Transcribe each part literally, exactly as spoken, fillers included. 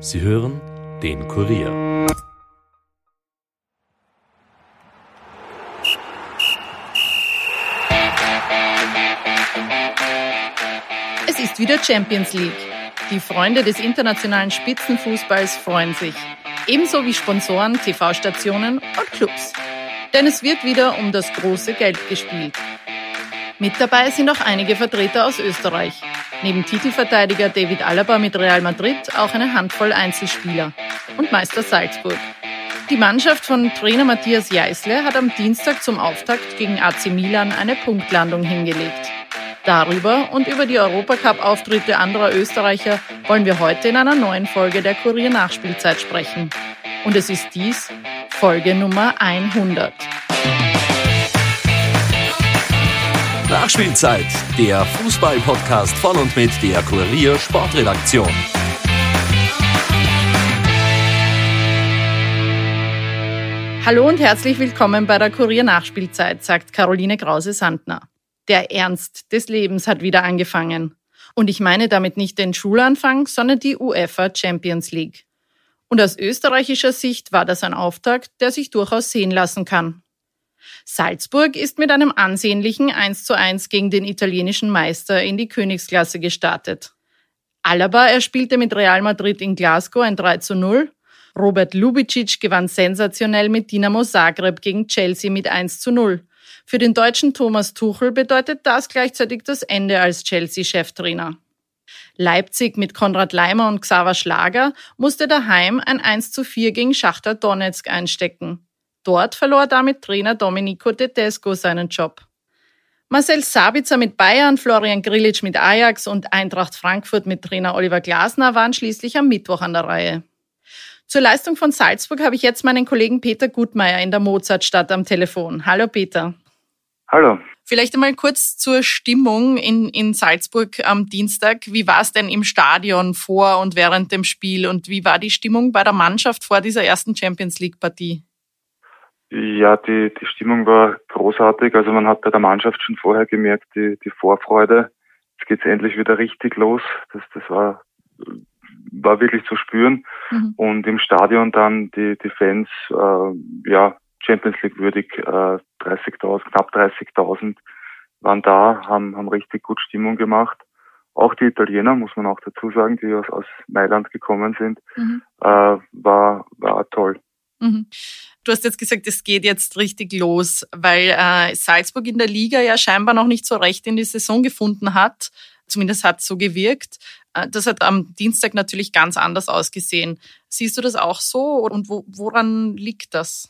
Sie hören den Kurier. Es ist wieder Champions League. Die Freunde des internationalen Spitzenfußballs freuen sich. Ebenso wie Sponsoren, T V-Stationen und Clubs. Denn es wird wieder um das große Geld gespielt. Mit dabei sind auch einige Vertreter aus Österreich. Neben Titelverteidiger David Alaba mit Real Madrid auch eine Handvoll Einzelspieler und Meister Salzburg. Die Mannschaft von Trainer Matthias Jeißle hat am Dienstag zum Auftakt gegen A C Milan eine Punktlandung hingelegt. Darüber und über die Europacup-Auftritte anderer Österreicher wollen wir heute in einer neuen Folge der Kurier-Nachspielzeit sprechen. Und es ist dies Folge Nummer hundert. Nachspielzeit, der Fußball-Podcast von und mit der Kurier Sportredaktion. Hallo und herzlich willkommen bei der Kurier Nachspielzeit, sagt Caroline Krause-Sandner. Der Ernst des Lebens hat wieder angefangen. Und ich meine damit nicht den Schulanfang, sondern die UEFA Champions League. Und aus österreichischer Sicht war das ein Auftakt, der sich durchaus sehen lassen kann. Salzburg ist mit einem ansehnlichen eins zu eins gegen den italienischen Meister in die Königsklasse gestartet. Alaba erspielte mit Real Madrid in Glasgow ein drei zu null. Robert Lubicic gewann sensationell mit Dinamo Zagreb gegen Chelsea mit eins zu null. Für den deutschen Thomas Tuchel bedeutet das gleichzeitig das Ende als Chelsea-Cheftrainer. Leipzig mit Konrad Laimer und Xaver Schlager musste daheim ein eins zu vier gegen Schachtar Donezk einstecken. Dort verlor damit Trainer Domenico Tedesco seinen Job. Marcel Sabitzer mit Bayern, Florian Grillitsch mit Ajax und Eintracht Frankfurt mit Trainer Oliver Glasner waren schließlich am Mittwoch an der Reihe. Zur Leistung von Salzburg habe ich jetzt meinen Kollegen Peter Gutmeier in der Mozartstadt am Telefon. Hallo Peter. Hallo. Vielleicht einmal kurz zur Stimmung in, in Salzburg am Dienstag. Wie war es denn im Stadion vor und während dem Spiel und wie war die Stimmung bei der Mannschaft vor dieser ersten Champions-League-Partie? Ja, die, die Stimmung war großartig. Also man hat bei der Mannschaft schon vorher gemerkt, die, die Vorfreude. Jetzt geht's endlich wieder richtig los. Das, das war, war wirklich zu spüren. Mhm. Und im Stadion dann die, die Fans, äh, ja, Champions League würdig, äh, dreißigtausend, knapp dreißigtausend waren da, haben, haben richtig gut Stimmung gemacht. Auch die Italiener, muss man auch dazu sagen, die aus, aus Mailand gekommen sind, mhm. äh, war, war toll. Mhm. Du hast jetzt gesagt, es geht jetzt richtig los, weil äh, Salzburg in der Liga ja scheinbar noch nicht so recht in die Saison gefunden hat. Zumindest hat es so gewirkt. Äh, das hat am Dienstag natürlich ganz anders ausgesehen. Siehst du das auch so und wo, woran liegt das?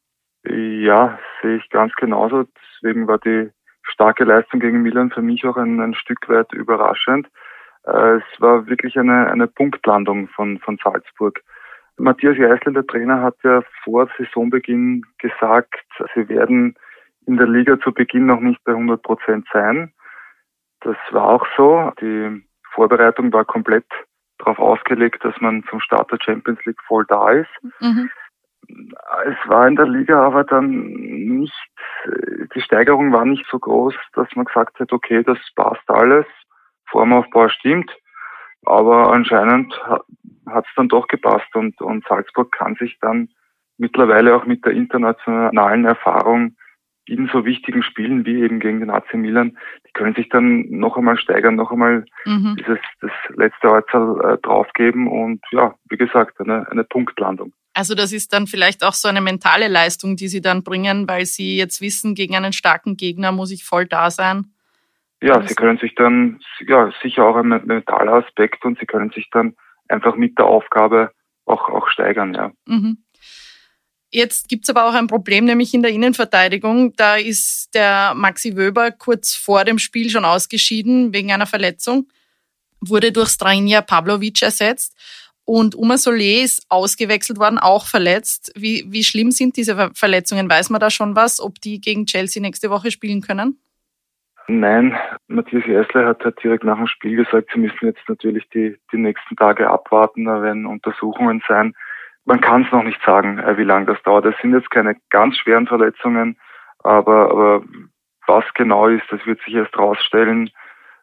Ja, sehe ich ganz genauso. Deswegen war die starke Leistung gegen Milan für mich auch ein, ein Stück weit überraschend. Äh, es war wirklich eine, eine Punktlandung von, von Salzburg. Matthias Jeißle, der Trainer, hat ja vor Saisonbeginn gesagt, sie werden in der Liga zu Beginn noch nicht bei hundert Prozent sein. Das war auch so. Die Vorbereitung war komplett darauf ausgelegt, dass man zum Start der Champions League voll da ist. Mhm. Es war in der Liga aber dann nicht, die Steigerung war nicht so groß, dass man gesagt hat, okay, das passt alles, Formaufbau stimmt. Aber anscheinend hat es dann doch gepasst und, und Salzburg kann sich dann mittlerweile auch mit der internationalen Erfahrung in so wichtigen Spielen wie eben gegen den A C Milan, die können sich dann noch einmal steigern, noch einmal mhm. dieses das letzte Ortzahl äh, draufgeben und ja, wie gesagt, eine, eine Punktlandung. Also das ist dann vielleicht auch so eine mentale Leistung, die sie dann bringen, weil sie jetzt wissen, gegen einen starken Gegner muss ich voll da sein. Ja, sie können sich dann, ja, sicher auch ein mentaler Aspekt und sie können sich dann einfach mit der Aufgabe auch, auch steigern, ja. Mhm. Jetzt gibt's aber auch ein Problem, nämlich in der Innenverteidigung. Da ist der Maxi Wöber kurz vor dem Spiel schon ausgeschieden wegen einer Verletzung, wurde durch Strahimir Pavlovic ersetzt und Oumar Soler ist ausgewechselt worden, auch verletzt. Wie, wie schlimm sind diese Verletzungen? Weiß man da schon was, ob die gegen Chelsea nächste Woche spielen können? Nein, Matthias Jeißle hat, hat direkt nach dem Spiel gesagt, sie müssen jetzt natürlich die, die nächsten Tage abwarten, da werden Untersuchungen sein. Man kann es noch nicht sagen, wie lange das dauert. Es sind jetzt keine ganz schweren Verletzungen, aber, aber was genau ist, das wird sich erst rausstellen.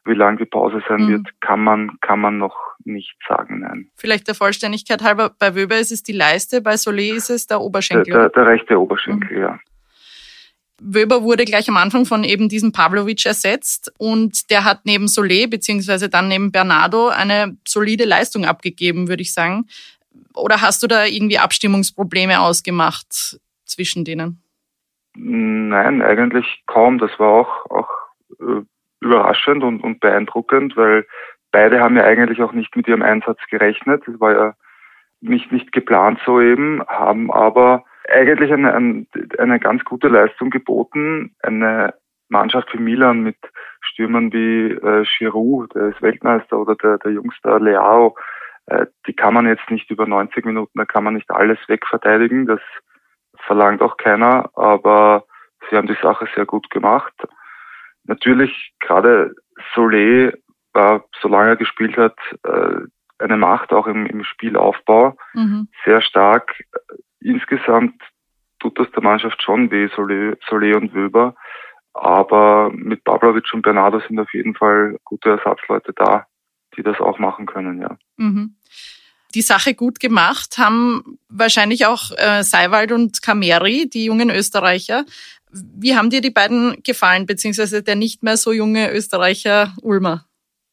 Wie lang die Pause sein mhm. wird, kann man, kann man noch nicht sagen, nein. Vielleicht der Vollständigkeit halber, bei Wöber ist es die Leiste, bei Solé ist es der Oberschenkel. Der, der, der rechte Oberschenkel, mhm. ja. Wöber wurde gleich am Anfang von eben diesem Pavlovic ersetzt und der hat neben Solé beziehungsweise dann neben Bernardo eine solide Leistung abgegeben, würde ich sagen. Oder hast du da irgendwie Abstimmungsprobleme ausgemacht zwischen denen? Nein, eigentlich kaum. Das war auch, auch äh, überraschend und, und beeindruckend, weil beide haben ja eigentlich auch nicht mit ihrem Einsatz gerechnet. Das war ja nicht, nicht geplant so eben, haben aber eigentlich eine, eine ganz gute Leistung geboten. Eine Mannschaft wie Milan mit Stürmern wie äh, Giroud, der ist Weltmeister, oder der, der Jungster Leao, äh, die kann man jetzt nicht über neunzig Minuten, da kann man nicht alles wegverteidigen. Das verlangt auch keiner, aber sie haben die Sache sehr gut gemacht. Natürlich, gerade Solé war, solange er gespielt hat, eine Macht auch im, im Spielaufbau. Mhm. Sehr stark. Insgesamt tut das der Mannschaft schon weh, Solé, Solé und Wöber. Aber mit Pavlovic und Bernardo sind auf jeden Fall gute Ersatzleute da, die das auch machen können, ja. Mhm. Die Sache gut gemacht haben wahrscheinlich auch äh, Seiwald und Cameri, die jungen Österreicher. Wie haben dir die beiden gefallen, beziehungsweise der nicht mehr so junge Österreicher Ulmer?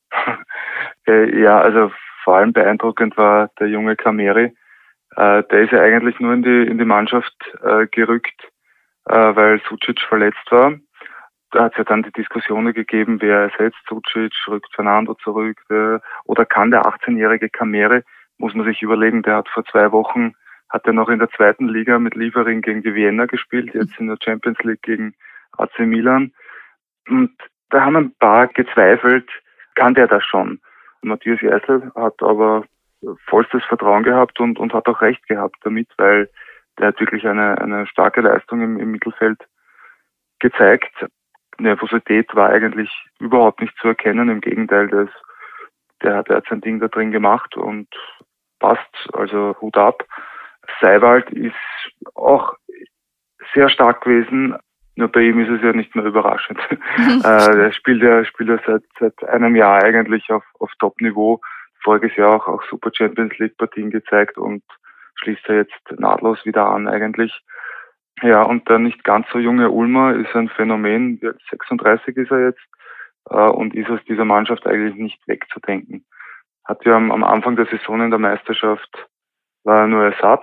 Ja, also vor allem beeindruckend war der junge Cameri. Äh, der ist ja eigentlich nur in die in die Mannschaft äh, gerückt, äh, weil Sucic verletzt war. Da hat es ja dann die Diskussionen gegeben, wer ersetzt Sucic, rückt Fernando zurück, äh, oder kann der achtzehnjährige Cameri, muss man sich überlegen, der hat vor zwei Wochen, hat er noch in der zweiten Liga mit Liefering gegen die Vienna gespielt, jetzt in der Champions League gegen A C Milan. Und da haben ein paar gezweifelt, kann der das schon? Matthias Jeißl hat aber vollstes Vertrauen gehabt und, und hat auch recht gehabt damit, weil der hat wirklich eine, eine starke Leistung im, im Mittelfeld gezeigt. Nervosität war eigentlich überhaupt nicht zu erkennen, im Gegenteil, der, ist, der, hat, der hat sein Ding da drin gemacht und passt, also Hut ab. Seiwald ist auch sehr stark gewesen, nur bei ihm ist es ja nicht mehr überraschend. äh, er spielt ja, spielt ja seit, seit einem Jahr eigentlich auf, auf Top-Niveau, voriges Jahr auch, auch super Champions League-Partien gezeigt und schließt er jetzt nahtlos wieder an eigentlich. Ja, und der nicht ganz so junge Ulmer ist ein Phänomen, sechsunddreißig ist er jetzt, äh, und ist aus dieser Mannschaft eigentlich nicht wegzudenken. Hat ja am, am Anfang der Saison in der Meisterschaft, war er nur Ersatz.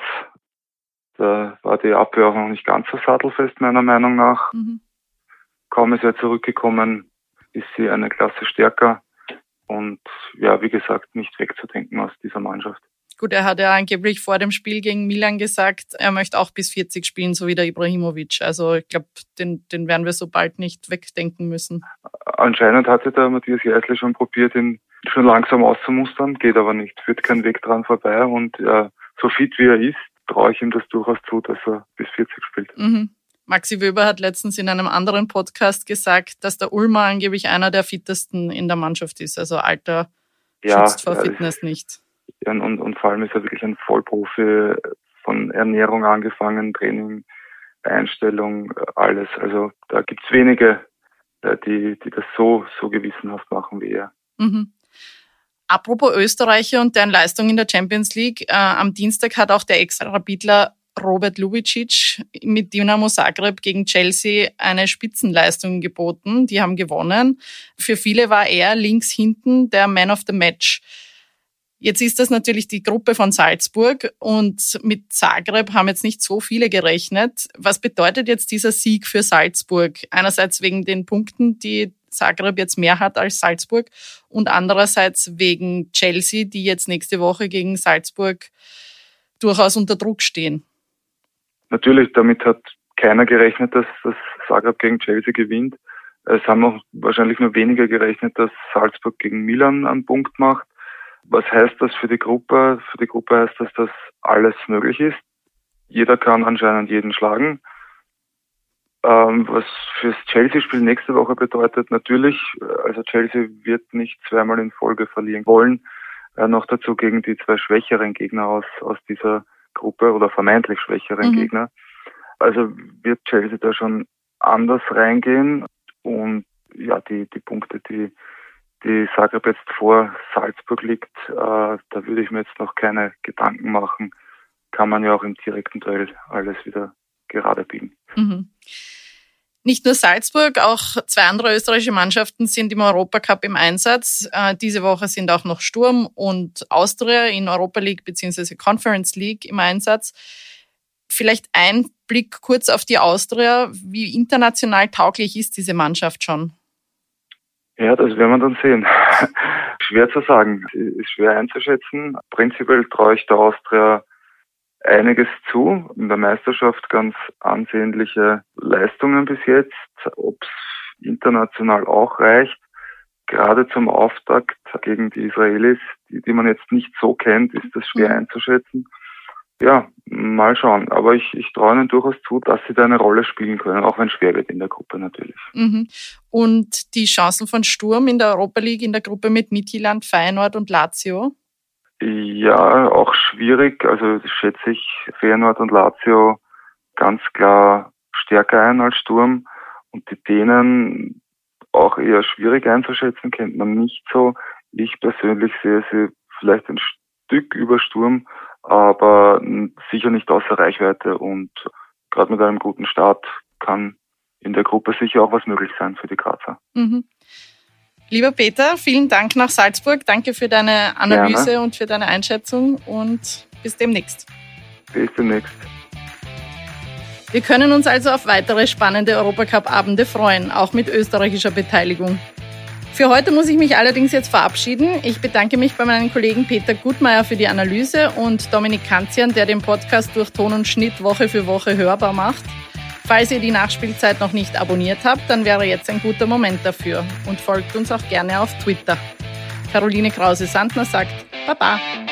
Da war die Abwehr auch noch nicht ganz so sattelfest, meiner Meinung nach. Mhm. Kaum ist er zurückgekommen, ist sie eine Klasse stärker und ja, wie gesagt, nicht wegzudenken aus dieser Mannschaft. Gut, er hat ja angeblich vor dem Spiel gegen Milan gesagt, er möchte auch bis vierzig spielen, so wie der Ibrahimovic. Also ich glaube, den, den werden wir so bald nicht wegdenken müssen. Anscheinend hatte der Matthias Jeißl schon probiert, ihn schon langsam auszumustern, geht aber nicht, führt kein Weg dran vorbei. Und ja, so fit wie er ist, traue ich ihm das durchaus zu, dass er bis vierzig spielt. Mhm. Maxi Wöber hat letztens in einem anderen Podcast gesagt, dass der Ulmer angeblich einer der fittesten in der Mannschaft ist. Also Alter ja, schützt vor ja, Fitness nicht. Ja, und, und vor allem ist er wirklich ein Vollprofi, von Ernährung angefangen, Training, Einstellung, alles. Also da gibt's wenige, die, die das so, so gewissenhaft machen wie er. Mhm. Apropos Österreicher und deren Leistung in der Champions League. Äh, am Dienstag hat auch der Ex-Rapidler Robert Lubicic mit Dinamo Zagreb gegen Chelsea eine Spitzenleistung geboten. Die haben gewonnen. Für viele war er links hinten der Man of the Match. Jetzt ist das natürlich die Gruppe von Salzburg und mit Zagreb haben jetzt nicht so viele gerechnet. Was bedeutet jetzt dieser Sieg für Salzburg? Einerseits wegen den Punkten, die Zagreb jetzt mehr hat als Salzburg und andererseits wegen Chelsea, die jetzt nächste Woche gegen Salzburg durchaus unter Druck stehen. Natürlich, damit hat keiner gerechnet, dass, dass Zagreb gegen Chelsea gewinnt. Es haben auch wahrscheinlich nur weniger gerechnet, dass Salzburg gegen Milan einen Punkt macht. Was heißt das für die Gruppe? Für die Gruppe heißt das, dass alles möglich ist. Jeder kann anscheinend jeden schlagen. Ähm, was fürs Chelsea-Spiel nächste Woche bedeutet, natürlich, also Chelsea wird nicht zweimal in Folge verlieren wollen. Äh, noch dazu gegen die zwei schwächeren Gegner aus, aus dieser Gruppe oder vermeintlich schwächeren mhm. Gegner. Also wird Chelsea da schon anders reingehen und ja, die, die Punkte, die die Zagreb jetzt vor Salzburg liegt, äh, da würde ich mir jetzt noch keine Gedanken machen. Kann man ja auch im direkten Duell alles wieder gerade biegen. Mhm. Nicht nur Salzburg, auch zwei andere österreichische Mannschaften sind im Europacup im Einsatz. Äh, diese Woche sind auch noch Sturm und Austria in Europa League bzw. Conference League im Einsatz. Vielleicht ein Blick kurz auf die Austria. Wie international tauglich ist diese Mannschaft schon? Ja, das werden wir dann sehen. Schwer zu sagen, ist schwer einzuschätzen. Prinzipiell traue ich der Austria einiges zu. In der Meisterschaft ganz ansehnliche Leistungen bis jetzt. Ob es international auch reicht, gerade zum Auftakt gegen die Israelis, die, die man jetzt nicht so kennt, ist das schwer einzuschätzen. Ja, mal schauen. Aber ich, ich traue ihnen durchaus zu, dass sie da eine Rolle spielen können, auch wenn es schwer wird in der Gruppe natürlich. Mhm. Und die Chancen von Sturm in der Europa League in der Gruppe mit Midtjylland, Feyenoord und Lazio? Ja, auch schwierig. Also schätze ich Feyenoord und Lazio ganz klar stärker ein als Sturm. Und die Dänen auch eher schwierig einzuschätzen, kennt man nicht so. Ich persönlich sehe sie vielleicht ein Stück über Sturm, aber sicher nicht außer Reichweite. Und gerade mit einem guten Start kann in der Gruppe sicher auch was möglich sein für die Grazer. Mhm. Lieber Peter, vielen Dank nach Salzburg. Danke für deine Analyse Gerne. Und für deine Einschätzung und bis demnächst. Bis demnächst. Wir können uns also auf weitere spannende Europacup-Abende freuen, auch mit österreichischer Beteiligung. Für heute muss ich mich allerdings jetzt verabschieden. Ich bedanke mich bei meinem Kollegen Peter Gutmeier für die Analyse und Dominik Kanzian, der den Podcast durch Ton und Schnitt Woche für Woche hörbar macht. Falls ihr die Nachspielzeit noch nicht abonniert habt, dann wäre jetzt ein guter Moment dafür und folgt uns auch gerne auf Twitter. Caroline Krause-Sandner sagt Baba.